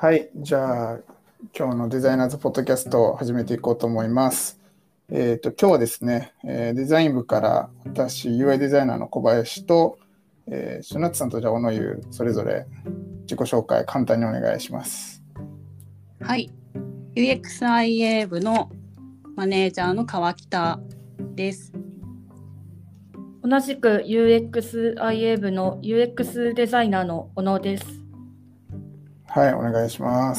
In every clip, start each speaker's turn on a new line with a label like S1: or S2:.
S1: はい、じゃあ今日のデザイナーズポッドキャストを始めていこうと思います。今日はですね、デザイン部から私 UI デザイナーの小林と、シュナッツさんとじゃあ小野優それぞれ自己紹介簡単にお願いします。
S2: はい、UXIA 部のマネージャーの川北です。
S3: 同じく UXIA 部の UX デザイナーの小野です。
S1: はい、お願いします。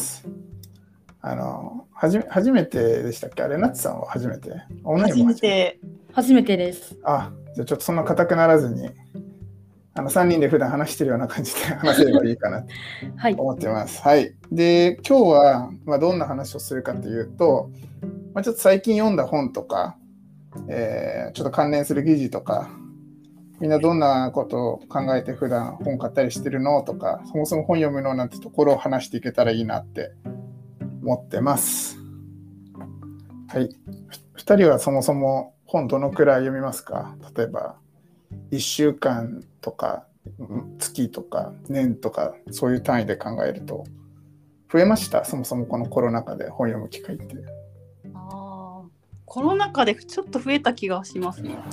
S1: 初めてでしたっけ？あれ、ナッツさんは初めて？
S3: 初めてです。
S1: じゃあちょっとそんな硬くならずに3人で普段話してるような感じで話せればいいかなと思ってます。はい。で、今日は、どんな話をするかというと、ちょっと最近読んだ本とか、ちょっと関連する記事とか、みんなどんなことを考えて普段本買ったりしてるのとか、そもそも本読むのなんてところを話していけたらいいなって思ってます。はい。2人はそもそも本どのくらい読みますか？例えば1週間とか月とか年とかそういう単位で考えると増えました？そもそもこのコロナ禍で本読む機会って。
S2: コロナ禍でちょっと増えた気がしますね。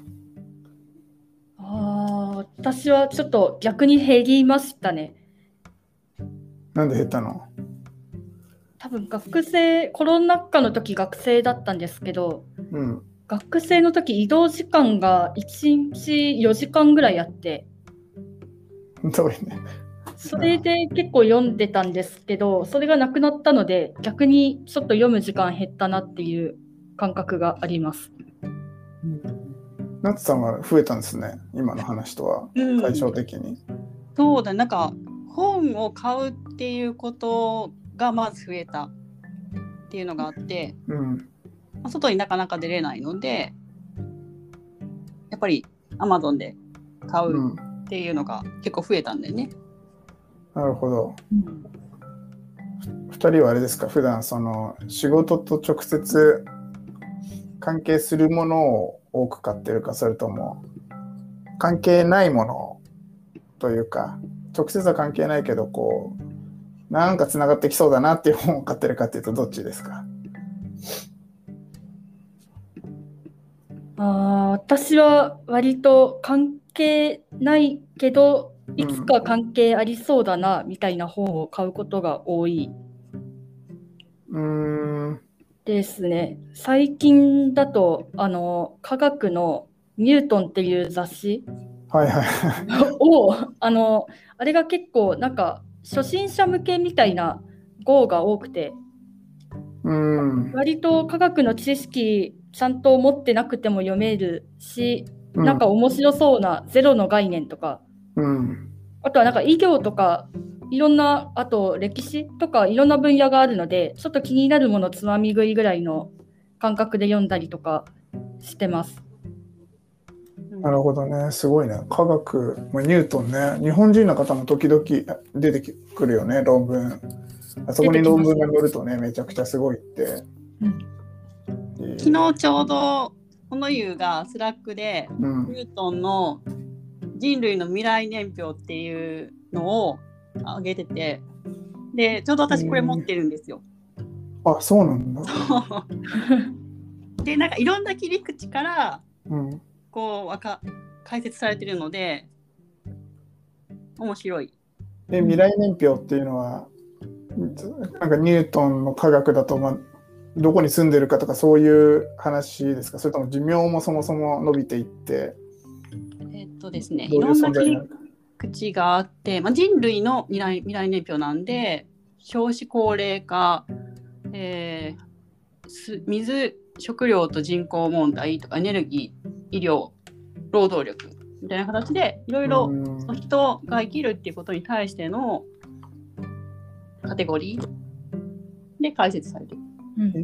S3: 私はちょっと逆に減りましたね。
S1: なんで減ったの？
S3: 多分コロナ禍の時学生だったんですけど、学生の時移動時間が1日4時間ぐらいあって、
S1: 遠いね。
S3: それで結構読んでたんですけど、それがなくなったので逆にちょっと読む時間減ったなっていう感覚があります。
S1: ナツさんは増えたんですね、今の話とは対照的に。
S2: そうだ、なんか本を買うっていうことがまず増えたっていうのがあって、外になかなか出れないのでやっぱり Amazon で買うっていうのが結構増えたんだよね。
S1: なるほど。2人はあれですか、普段その仕事と直接関係するものを多く買ってるか、それとも関係ないものというか直接は関係ないけどこうなんかつながってきそうだなっていう本を買ってるかっていうとどっちですか？
S3: 私は割と関係ないけどいつか関係ありそうだなみたいな本を買うことが多いですね。最近だと科学のニュートンっていう雑誌をあれが結構なんか初心者向けみたいな号が多くて、割と科学の知識ちゃんと持ってなくても読めるし、なんか面白そうなゼロの概念とか、あとはなんか医療とかいろんな、あと歴史とかいろんな分野があるので、ちょっと気になるものつまみ食いぐらいの感覚で読んだりとかしてます。
S1: なるほどね、すごいね。科学、ニュートンね、日本人の方も時々出てくるよね、論文。あそこに論文が載るとね、めちゃくちゃすごいって。
S2: 昨日ちょうど小野優がスラックで、ニュートンの人類の未来年表っていうのを上げてて、でちょうど私これ持ってるんですよ。
S1: あ、そうなんだ。
S2: でなんかいろんな切り口から、こう解説されてるので面白い。
S1: 未来年表っていうのはなんかニュートンの科学だと、どこに住んでるかとかそういう話ですか？それとも寿命もそもそも伸びていって
S2: ですね、いろんな切り口があって、人類の未来年表なんで、少子高齢化、水食料と人口問題とかエネルギー、医療、労働力みたいな形でいろいろ人が生きるっていうことに対してのカテゴリーで解説されている。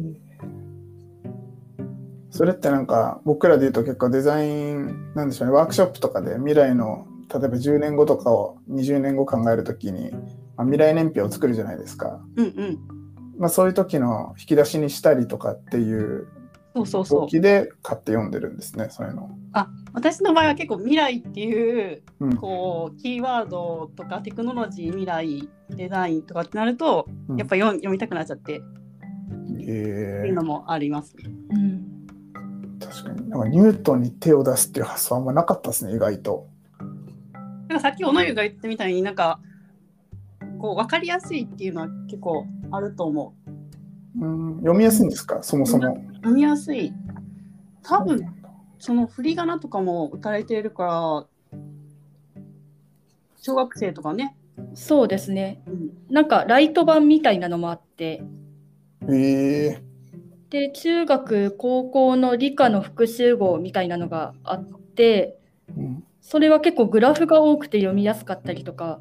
S1: それってなんか僕らで言うと結構デザインなんでしょうね、ワークショップとかで未来の例えば10年後とかを20年後考えるときに、未来年表を作るじゃないですか。そういう時の引き出しにしたりとかっていう
S2: 動
S1: 機で買って読んでるんですね、そういうの。
S2: 私の場合は結構未来っていう、こうキーワードとかテクノロジー、未来、デザインとかってなると、やっぱ読みたくなっちゃって、っていうのもありますね。
S1: 確かになんかニュートンに手を出すっていう発想はあんまなかったですね、意外と。
S2: なんかさっき小野湯が言ったみたいに、なんかこう分かりやすいっていうのは結構あると思う。
S1: 読みやすいんですか、そもそも。
S2: 読みやすい。多分その振り仮名とかも打たれているから、小学生とかね。
S3: そうですね、なんかライト版みたいなのもあって、で中学高校の理科の復習号みたいなのがあって、それは結構グラフが多くて読みやすかったりとか、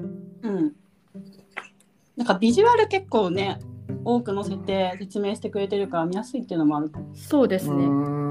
S2: なんかビジュアル結構ね多く載せて説明してくれてるから見やすいっていうのもあるかも。
S3: そうですね。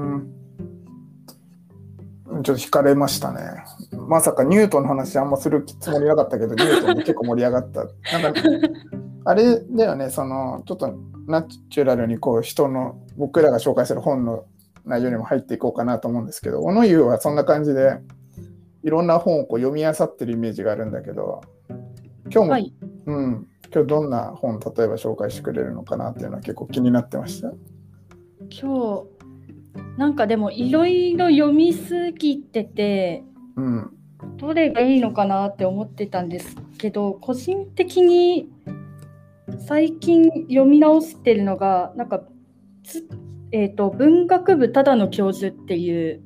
S1: ちょっと惹かれましたね。まさかニュートンの話あんまするつもりなかったけど、ニュートンで結構盛り上がった。なんかあれだよね、そのちょっとナチュラルにこう人の僕らが紹介する本の内容にも入っていこうかなと思うんですけど、小野湯はそんな感じでいろんな本をこう読み漁ってるイメージがあるんだけど、今日も、今日どんな本例えば紹介してくれるのかなっていうのは結構気になってました。
S3: 今日なんかでもいろいろ読みすぎてて、どれがいいのかなって思ってたんですけど、個人的に最近読み直してるのがなんか文学部ただの教授っていう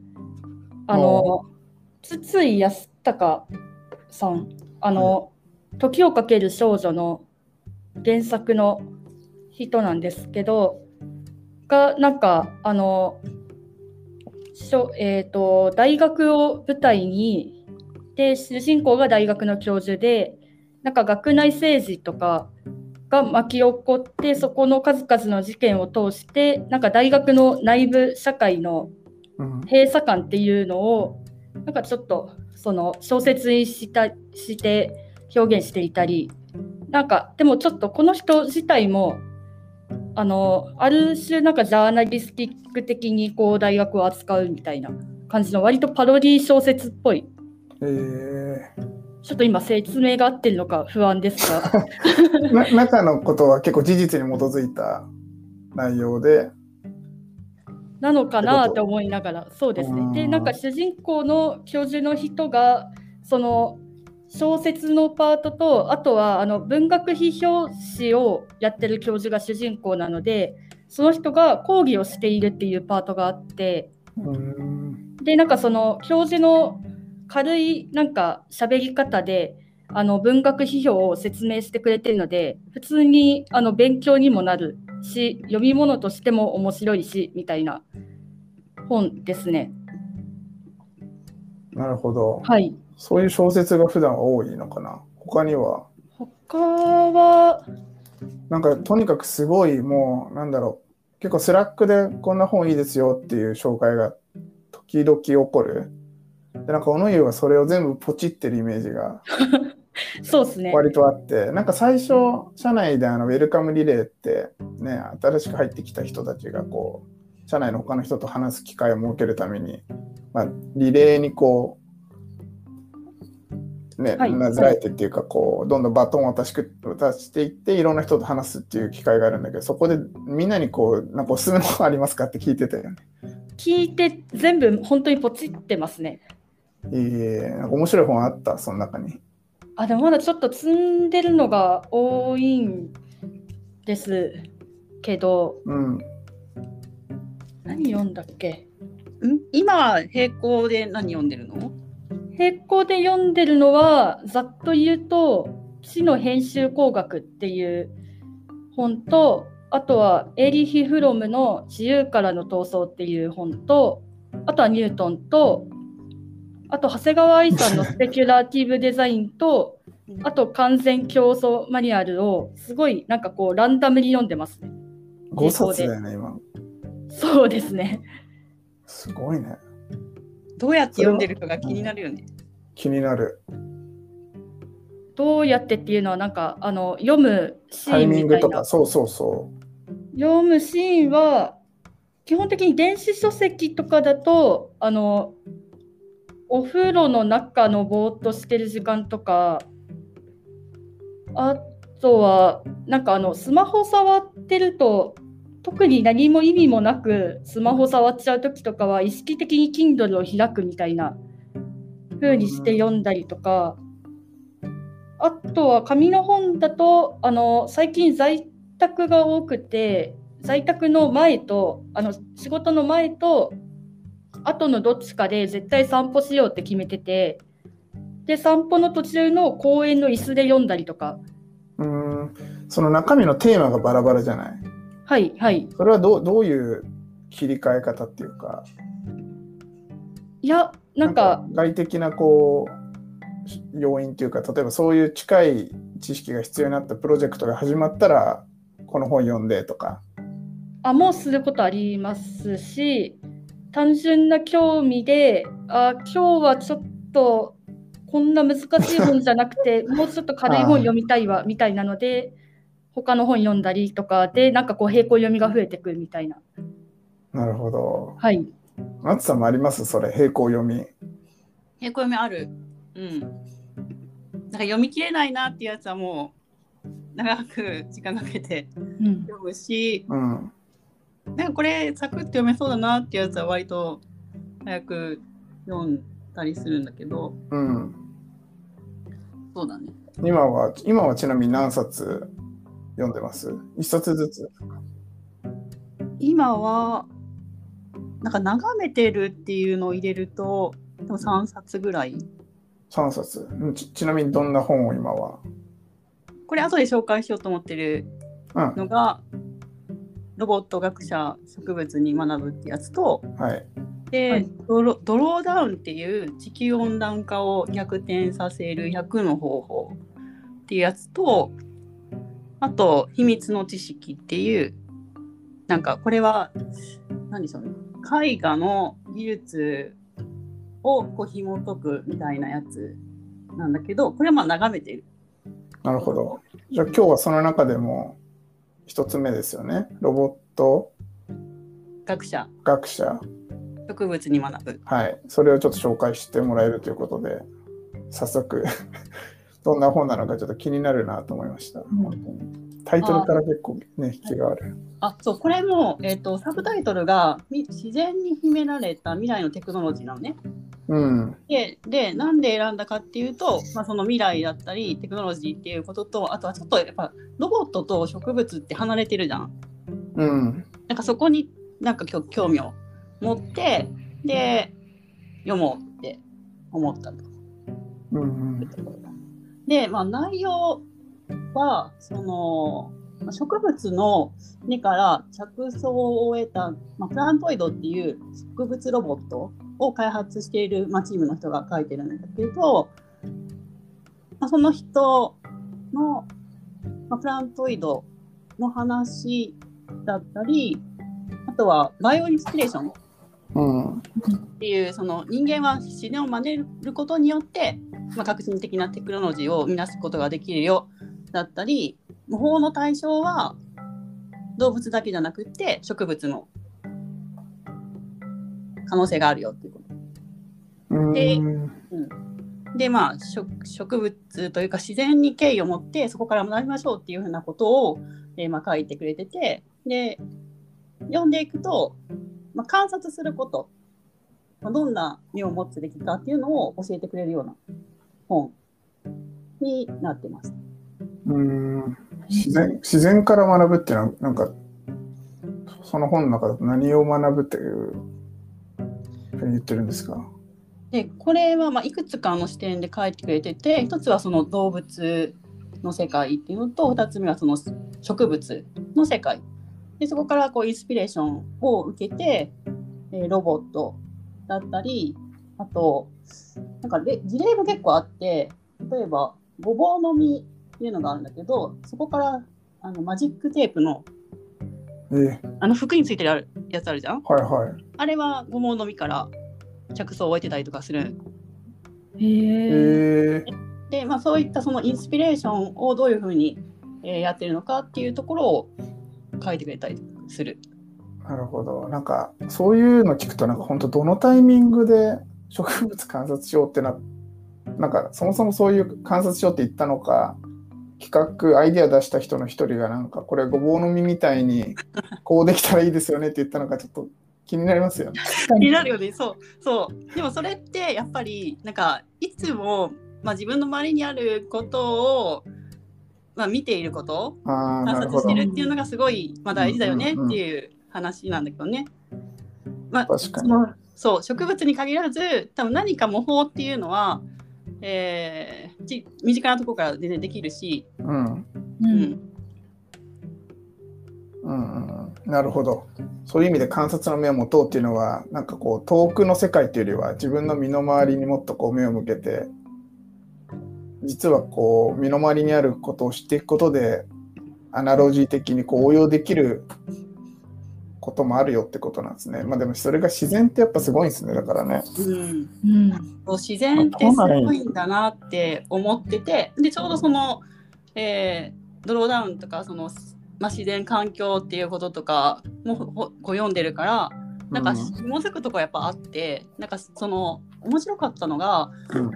S3: 筒井康隆さん、時をかける少女の原作の人なんですけど、がなんか大学を舞台にで、主人公が大学の教授で、なんか学内政治とかが巻き起こって、そこの数々の事件を通して、なんか大学の内部社会の閉鎖感っていうのをなんかちょっとその小説にして表現していたり、なんかでもちょっとこの人自体もある種なんかジャーナリスティック的にこう大学を扱うみたいな感じの割とパロディ小説っぽい。ちょっと今説明が合ってるのか不安ですが
S1: 中のことは結構事実に基づいた内容で
S3: なのかなって思いながら、そうですね。で、なんか主人公の教授の人がその小説のパートと、あとは文学批評士をやってる教授が主人公なので、その人が講義をしているっていうパートがあって、でなんかその教授の軽いなんか喋り方で文学批評を説明してくれてるので、普通に勉強にもなるし、読み物としても面白いしみたいな本ですね。
S1: なるほど。
S3: はい。
S1: そういう小説が普段は多いのかな。他
S3: は
S1: なんかとにかくすごいもうなんだろう、結構スラックでこんな本いいですよっていう紹介が時々起こる。でなんか小野湯はそれを全部ポチってるイメージが
S3: そうですね。
S1: 割とあって、なんか最初社内でウェルカムリレーってね、新しく入ってきた人たちがこう社内の他の人と話す機会を設けるために、リレーにこうね、なずらえてっていうかこうどんどんバトンを渡していっていろんな人と話すっていう機会があるんだけど、そこでみんなにこうなんかおすすめの本ありますかって聞いてたよね。
S3: 聞いて全部本当にポチってますね。
S1: なんか面白い本あったその中に。
S3: でもまだちょっと積んでるのが多いんですけど、何読んだっけ？
S2: 今並行で何読んでるの？
S3: 並行で読んでるのはざっと言うと知の編集工学っていう本と、あとはエーリヒ・フロムの自由からの闘争っていう本と、あとはニュートンと、あと長谷川愛さんのスペキュラティブデザインとあと完全競争マニュアルをすごいなんかこうランダムに読んでますね。
S1: 5冊だよね今。
S3: そうですね。
S1: すごいね。
S2: どうやって読んでるかが気になるよね。
S1: 気になる。
S3: どうやってっていうのはなんか読むシーンみたいな。
S1: タイミングとか、そう。
S3: 読むシーンは基本的に電子書籍とかだとお風呂の中のぼーっとしてる時間とか、あとはなんかスマホ触ってると特に何も意味もなくスマホ触っちゃう時とかは意識的に Kindle を開くみたいな風にして読んだりとか、あとは紙の本だと最近在宅が多くて、在宅の前と仕事の前と後のどっちかで絶対散歩しようって決めてて、で散歩の途中の公園の椅子で読んだりとか。
S1: その中身のテーマがバラバラじゃない？
S3: はいはい。
S1: それはどういう切り替え方っていうか。
S3: いやなんか
S1: 外的なこう要因っていうか、例えばそういう近い知識が必要になったプロジェクトが始まったらこの本読んでとか。
S3: もうすることありますし、単純な興味で今日はちょっとこんな難しい本じゃなくてもうちょっと軽い本読みたいわみたいなので他の本読んだりとかで、なんかこう並行読みが増えてくるみたいな。
S1: なるほど。
S3: はい。
S1: 松さんもあります？それ並行読み。
S2: 並行読みある。なんか読み切れないなっていうやつはもう長く時間かけて読むし、なんかこれサクッと読めそうだなっていうやつは割と早く読んだりするんだけど、そうだね。
S1: 今はちなみに何冊読んでます？一冊ずつ？
S2: 今はなんか眺めてるっていうのを入れるとでも3冊ぐらい。
S1: 3冊。ちなみにどんな本を今は？
S2: これ後で紹介しようと思ってるのが、ロボット学者植物に学ぶってやつと、で、ドローダウンっていう地球温暖化を逆転させる100の方法っていうやつと、あと秘密の知識っていうなんかこれは何でしょうね、絵画の技術をこう紐解くみたいなやつなんだけど、これはまあ眺めてる。
S1: なるほど。じゃあ今日はその中でも一つ目ですよね。ロボット
S2: 学者植物に学ぶ。
S1: はい。それをちょっと紹介してもらえるということで、早速どんな本なのかちょっと気になるなと思いました。本当にタイトルから結構ね、引きがある。
S2: そう、これも、サブタイトルが自然に秘められた未来のテクノロジーなのね。で、なんで選んだかっていうと、その未来だったりテクノロジーっていうことと、あとはちょっとやっぱロボットと植物って離れてるじゃん。なんかそこになんか興味を持ってで読もうって思ったと。で、内容はその植物の根から着想を得た、プラントイドっていう植物ロボットを開発している、チームの人が書いてるんだけど、その人の、プラントイドの話だったり、あとはバイオインスピレーションっていう、その人間は自然を真似ることによって、革新的なテクノロジーを生み出すことができるよだったり、模倣の対象は動物だけじゃなくて植物の可能性があるよっていうことで、植物というか自然に敬意を持ってそこから学びましょうっていうふうなことを、書いてくれてて、で読んでいくと、観察すること、どんな目を持つべきかっていうのを教えてくれるような本になってます。
S1: 自然から学ぶっていうのはなんかその本の中で何を学ぶっていうふうに言ってるんですか？
S2: でこれはいくつかの視点で書いてくれてて、一つはその動物の世界っていうのと、二つ目はその植物の世界で、そこからこうインスピレーションを受けて、ロボットだったり、あとなんか事例も結構あって、例えばごぼうの実っていうのがあるんだけど、そこからマジックテープの、服についてるやつあるじゃん、あれはごぼうの実から着想を置いてたりとかする。で、そういったそのインスピレーションをどういうふうに、やってるのかっていうところを書いてくれたりする。
S1: なるほど。なんかそういうの聞くとなんか本当どのタイミングで植物観察しようってなんかそもそもそういう観察しようって言ったのか、企画アイデア出した人の一人がなんかこれごぼうの実みたいにこうできたらいいですよねって言ったのかちょっと気になりますよね。
S2: 気になるよね。そうでもそれってやっぱりなんかいつも、自分の周りにあることを、見ていること、観察してるっていうのがすごい、大事だよねっていう話なんだけどね。
S1: 確かに。
S2: そう植物に限らず多分何か模倣っていうのは、身近なところから全然できるし、
S1: なるほど。そういう意味で観察の目を持とうっていうのはなんかこう遠くの世界っていうよりは自分の身の回りにもっとこう目を向けて、実はこう身の回りにあることを知っていくことでアナロジー的にこう応用できることもあるよってことなんですね。でもそれが自然ってやっぱすごいんですね。だからね、
S2: 自然ってすごいんだなって思ってて、でちょうどその、ドローダウンとかその、自然環境っていうこととかもこう読んでるからなんか紐づくとこやっぱあって、なんかその面白かったのが、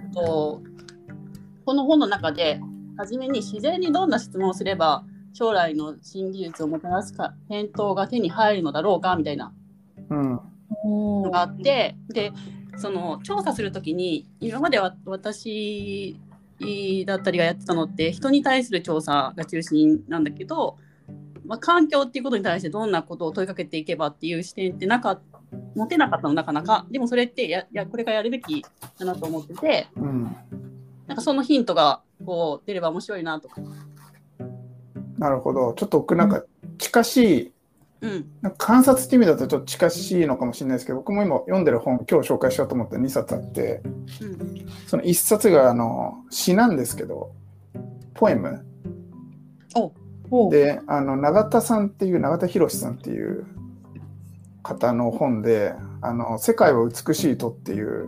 S2: この本の中で初めに自然にどんな質問をすれば将来の新技術をもたらすか返答が手に入るのだろうかみたいなのがあって、でその調査するときに今までは私だったりがやってたのって人に対する調査が中心なんだけど、環境っていうことに対してどんなことを問いかけていけばっていう視点って持てなかったのなかなか。でもそれってこれからやるべきだなと思ってて、なんかそのヒントがこう出れば面白いなとか。
S1: なるほど。ちょっとなんか近しい、なんか観察って意味だとちょっと近しいのかもしれないですけど、僕も今読んでる本今日紹介しようと思って2冊あって、その1冊が詩なんですけどポエムで永田博さんっていう方の本で世界は美しいとっていう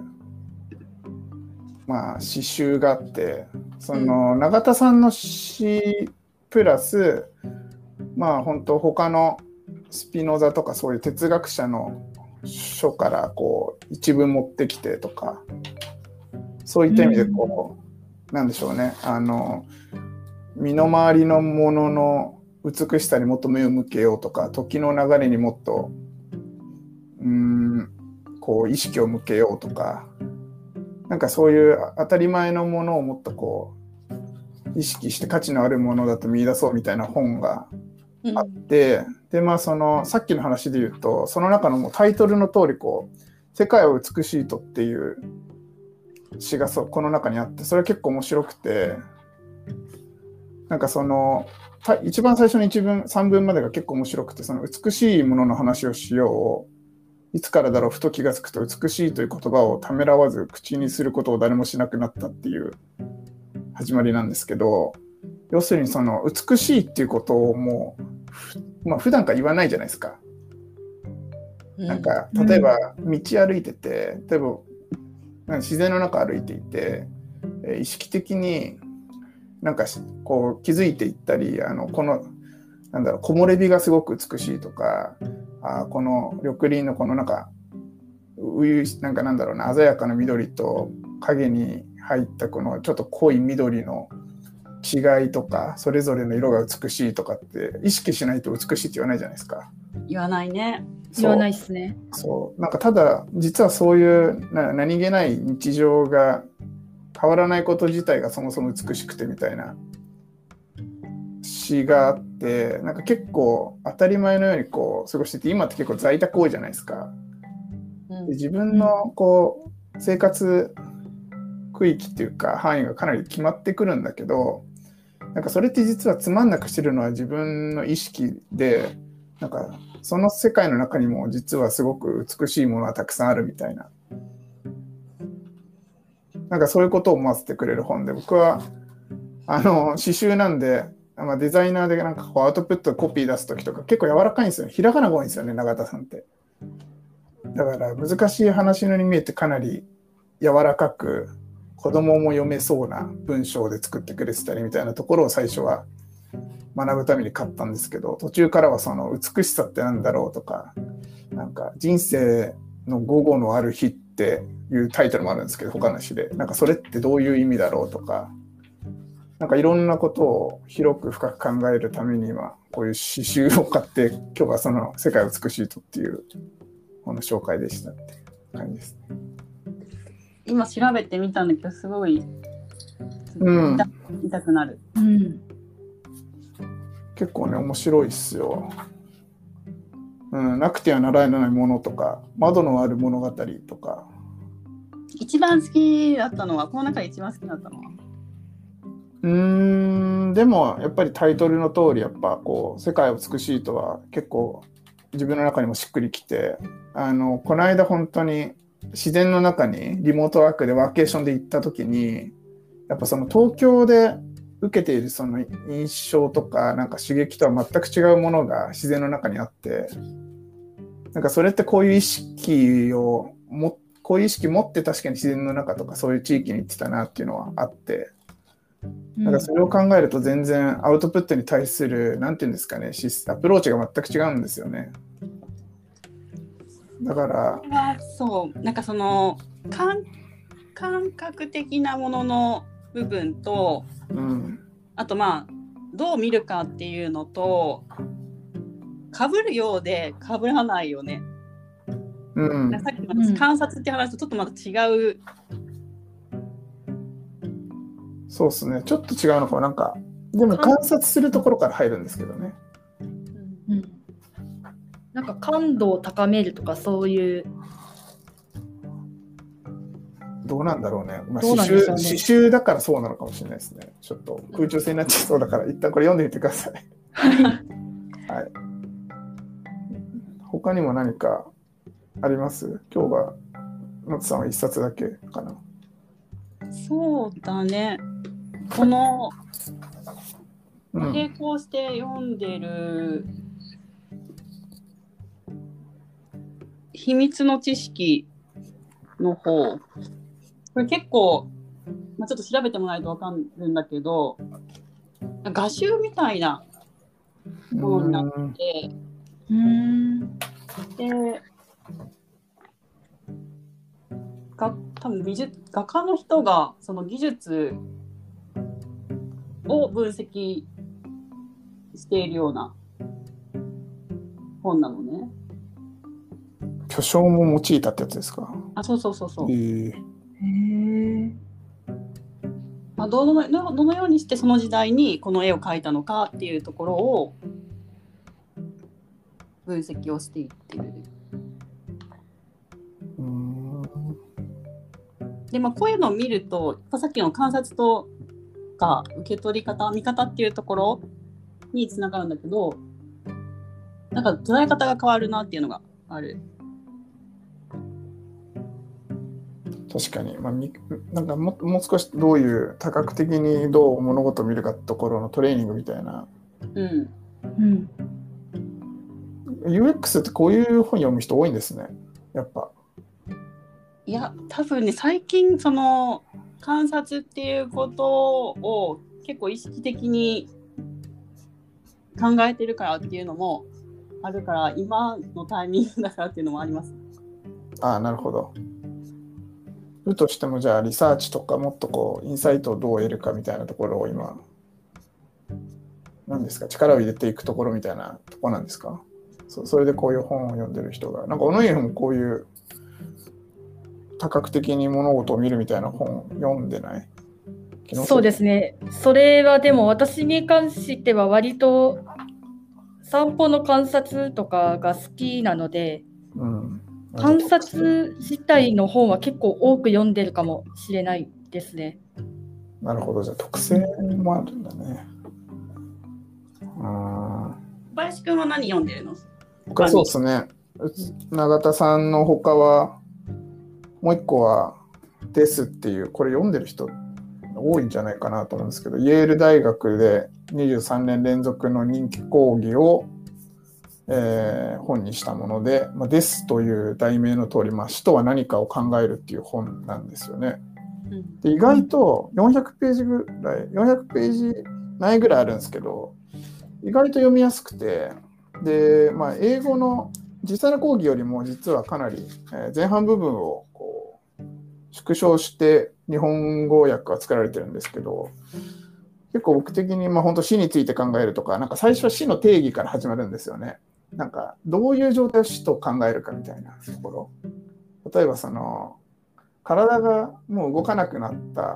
S1: 詩集があって、その永田さんの詩プラス本当他のスピノザとかそういう哲学者の書からこう一文持ってきてとか、そういった意味でこうなんでしょうね、身の回りのものの美しさにもっと目を向けようとか、時の流れにもっとこう意識を向けようとか、なんかそういう当たり前のものをもっとこう意識して価値のあるものだと見出そうみたいな本があって、でそのさっきの話で言うとその中のもうタイトルの通りこう世界は美しいとっていう詩がこの中にあって、それ結構面白くて、なんかその一番最初の3文までが結構面白くて、その美しいものの話をしよう、いつからだろうふと気がつくと美しいという言葉をためらわず口にすることを誰もしなくなったっていう始まりなんですけど、要するにその美しいっていうことをもう、普段から言わないじゃないですか。なんか例えば道歩いてて、例えば自然の中歩いていて、意識的になんかこう気づいていったり、この木漏れ日がすごく美しいとか、この緑林のこのなんかなんだろうな、鮮やかな緑と影に入ったこのちょっと濃い緑の違いとか、それぞれの色が美しいとかって意識しないと美しいって言わないじゃないですか。
S2: 言わないね。
S3: 言わないですね。
S1: そうなんかただ実はそういう何気ない日常が変わらないこと自体がそもそも美しくてみたいな詩があって、なんか結構当たり前のようにこう過ごしてて、今って結構在宅多いじゃないですか。で自分のこう生活区域っていうか範囲がかなり決まってくるんだけど、なんかそれって実はつまんなくしてるのは自分の意識で、なんかその世界の中にも実はすごく美しいものはたくさんあるみたいな、なんかそういうことを思わせてくれる本で、僕は詩集なんで、デザイナーでなんかこうアウトプットコピー出すときとか結構柔らかいんですよね。ひらがなが多いんですよね、永田さんって。だから難しい話のように見えてかなり柔らかく子供も読めそうな文章で作ってくれてたりみたいなところを最初は学ぶために買ったんですけど、途中からはその美しさってなんだろうとか、なんか人生の午後のある日っていうタイトルもあるんですけど、他の詩でなんかそれってどういう意味だろうとか、なんかいろんなことを広く深く考えるために今こういう詩集を買って、今日はその世界美しいとっていうこの紹介でしたっていう感じですね。
S2: 今調べてみたんだけどすごい痛くなる、
S1: 結構ね面白いっすよ。なくてはならないものとか、窓のある物語とか。
S2: 一番好きだったのは、この中で一番好きだったのは
S1: でもやっぱりタイトルの通り、やっぱこう世界美しいとは結構自分の中にもしっくりきて、この間本当に自然の中にリモートワークでワーケーションで行った時に、やっぱその東京で受けているその印象とかなんか刺激とは全く違うものが自然の中にあって、なんかそれってこういう意識持って確かに自然の中とかそういう地域に行ってたなっていうのはあって、なんかそれを考えると全然アウトプットに対するなんていうんですかね、アプローチが全く違うんですよね。だから
S2: そうなんかその感覚的なものの部分と、あとまあどう見るかっていうのと被るようで被らないよね。さっきの観察って話とちょっとまた違う。
S1: そうですね、ちょっと違うのかも。なんかでも観察するところから入るんですけどね。
S3: なんか感度を高めるとかそういう。
S1: どうなんだろうね。詩集だからそうなのかもしれないですね。ちょっと空中戦になっちゃいそうだから、一旦これ読んでみてください。はい。他にも何かあります？今日はのつさんは一冊だけかな。
S2: そうだね。この並行して読んでる秘密の知識の方、これ結構、ちょっと調べてもらえると分かるんだけど、画集みたいなものになってで多分画家の人がその技術を分析しているような本なのね。
S1: 巨匠も用いたってやつですか？
S2: そう。どのようにしてその時代にこの絵を描いたのかっていうところを分析をしていってる。でこういうのを見るとさっきの観察とか受け取り方見方っていうところにつながるんだけど、なんか捉え方が変わるなっていうのがある。
S1: 確かに、なんかもう少しどういう多角的にどう物事を見るかってところのトレーニングみたいな。UX ってこういう本読む人多いんですね、やっぱ。
S2: いや多分ね、最近その観察っていうことを結構意識的に考えてるからっていうのもあるから、今のタイミングだからっていうのもあります。
S1: なるほど。としてもじゃあリサーチとかもっとこうインサイトをどう得るかみたいなところを今何ですか、力を入れていくところみたいなところなんですか？それでこういう本を読んでる人がなんか小野家もこういう多角的に物事を見るみたいな本読んでない？
S3: そうですね。それはでも私に関しては割と散歩の観察とかが好きなので、観察自体の本は結構多く読んでるかもしれないですね。
S1: なるほど、じゃあ特性もあるんだね。
S2: 小林くんは何読んでるの？
S1: そうですね。永田さんの他はもう一個はですっていう、これ読んでる人多いんじゃないかなと思うんですけど、イェール大学で23年連続の人気講義を、本にしたもので、ですという題名の通り、死とは何かを考えるっていう本なんですよね。で意外と400ページぐらい、400ページないぐらいあるんですけど、 意外と読みやすくて、で、英語の実際の講義よりも実はかなり前半部分をこう縮小して日本語訳が作られてるんですけど、結構僕的に本当死について考えるとか、なんか最初は死の定義から始まるんですよね。なんかどういう状態を死と考えるかみたいなところ。例えばその体がもう動かなくなった、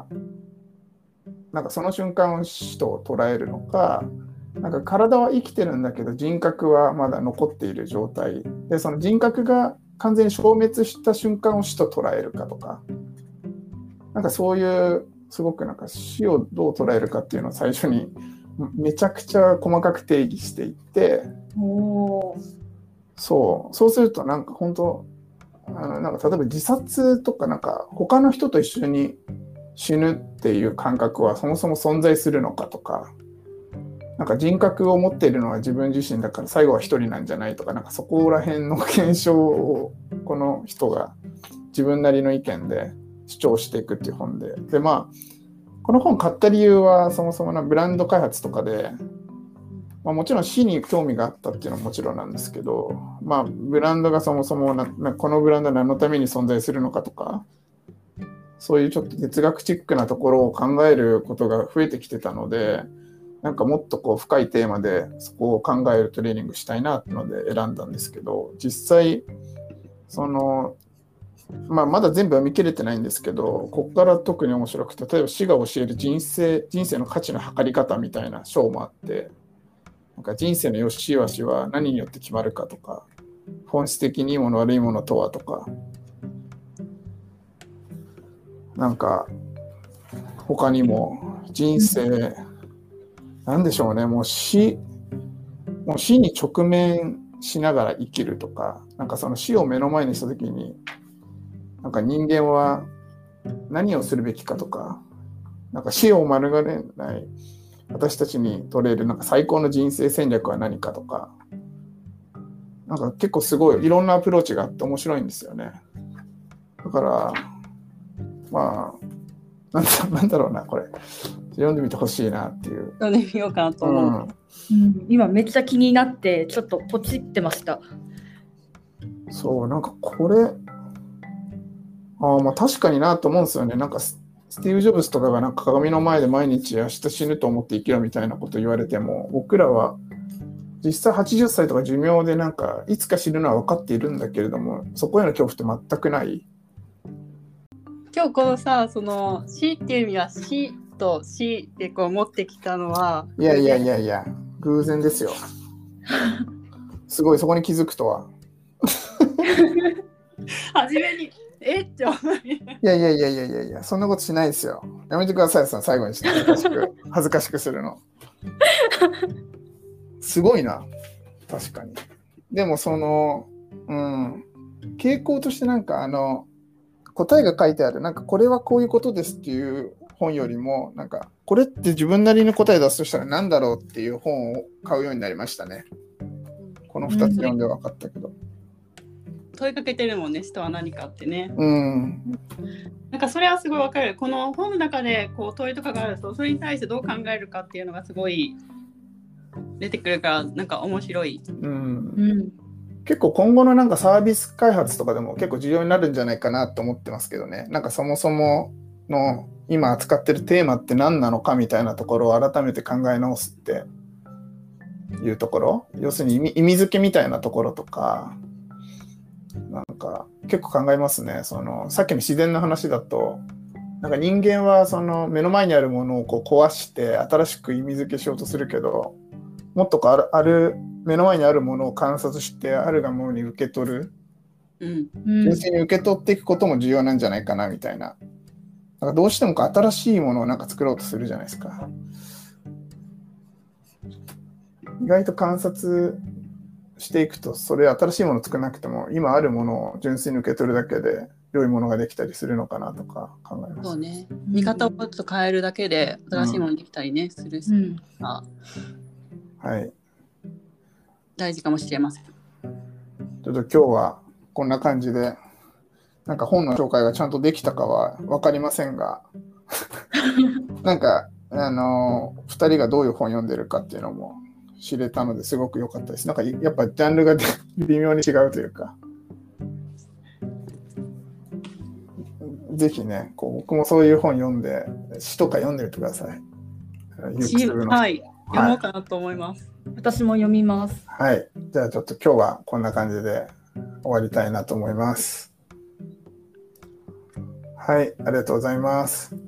S1: なんかその瞬間を死と捉えるのか、なんか体は生きてるんだけど人格はまだ残っている状態で、その人格が完全に消滅した瞬間を死と捉えるかとか、なんかそういうすごくなんか死をどう捉えるかっていうのを最初にめちゃくちゃ細かく定義していって、そうするとなんか本当なんか例えば自殺とか、なんか他の人と一緒に死ぬっていう感覚はそもそも存在するのかとか、なんか人格を持っているのは自分自身だから最後は一人なんじゃないとか、なんかそこら辺の検証をこの人が自分なりの意見で主張していくっていう本で、この本買った理由はそもそもブランド開発とかで、もちろん死に興味があったっていうのはもちろんなんですけど、ブランドがそもそもこのブランドは何のために存在するのかとか、そういうちょっと哲学チックなところを考えることが増えてきてたので、なんかもっとこう深いテーマでそこを考えるトレーニングしたいなってので選んだんですけど、実際そのまだ全部は見切れてないんですけど、ここから特に面白くて、例えば死が教える人生の価値の測り方みたいな章もあって、なんか人生の良し悪しは何によって決まるかとか、本質的にいいもの悪いものとはとか、なんか他にも人生なんでしょうね、もう死に直面しながら生きるとか、なんかその死を目の前にした時になんか人間は何をするべきかとか、なんか死を免れない私たちに取れるなんか最高の人生戦略は何かとか、なんか結構すごいいろんなアプローチがあって面白いんですよね。だからなんだろうな、これ読んでみてほしいなっていう。
S2: 読んでみようかなと思う。
S3: 今めっちゃ気になってちょっとポチってました。
S1: そう、なんかこれ確かになと思うんですよね。なんかスティーブ・ジョブズとかがなんか鏡の前で毎日明日死ぬと思って生きろみたいなこと言われても、僕らは実際80歳とか寿命でなんかいつか死ぬのは分かっているんだけれども、そこへの恐怖って全くない。
S2: 今日このさ、その死っていう意味は死と死でこう持ってきたのは、
S1: いや偶然ですよ。すごい、そこに気づくとは。
S2: 初めにって思い。
S1: いやそんなことしないですよ。やめてください、最後にして恥ずかしくするの。すごいな、確かに。でもその傾向としてなんか答えが書いてある、なんかこれはこういうことですっていう本よりも、なんかこれって自分なりの答え出すとしたら何だろうっていう本を買うようになりましたね。この2つ読んで分かったけど。
S2: 問いかけてるもんね、人は何かってね。なんかそれはすごい分かる。この本の中でこう問いとかがあると、それに対してどう考えるかっていうのがすごい出てくるから、なんか面白い。
S1: 結構今後のなんかサービス開発とかでも結構重要になるんじゃないかなと思ってますけどね。なんかそもそもの今扱ってるテーマって何なのかみたいなところを改めて考え直すっていうところ、要するに意味付けみたいなところとか、なんか結構考えますね。そのさっきの自然の話だと、なんか人間はその目の前にあるものをこう壊して新しく意味付けしようとするけど、もっとある目の前にあるものを観察してあるがものに受け取る、純粋に受け取っていくことも重要なんじゃないかなみたいな。なんかどうしても新しいものをなんか作ろうとするじゃないですか。意外と観察していくと、それ新しいものを作らなくても今あるものを純粋に受け取るだけで良いものができたりするのかなとか考えます。
S2: そうね、見方をちょっと変えるだけで新しいものできたりね、するし、
S1: はい、
S2: 大事かもしれません。
S1: ちょっと今日はこんな感じで、なんか本の紹介がちゃんとできたかは分かりませんがなんか2人がどういう本読んでるかっていうのも知れたのですごく良かったです。なんかやっぱジャンルが微妙に違うというか、ぜひね、こう僕もそういう本読んで、詩とか読んでみてください。
S2: はい、読もうかなと思います。
S3: 私も読みます。
S1: はい。じゃあちょっと今日はこんな感じで終わりたいなと思います。はい、ありがとうございます。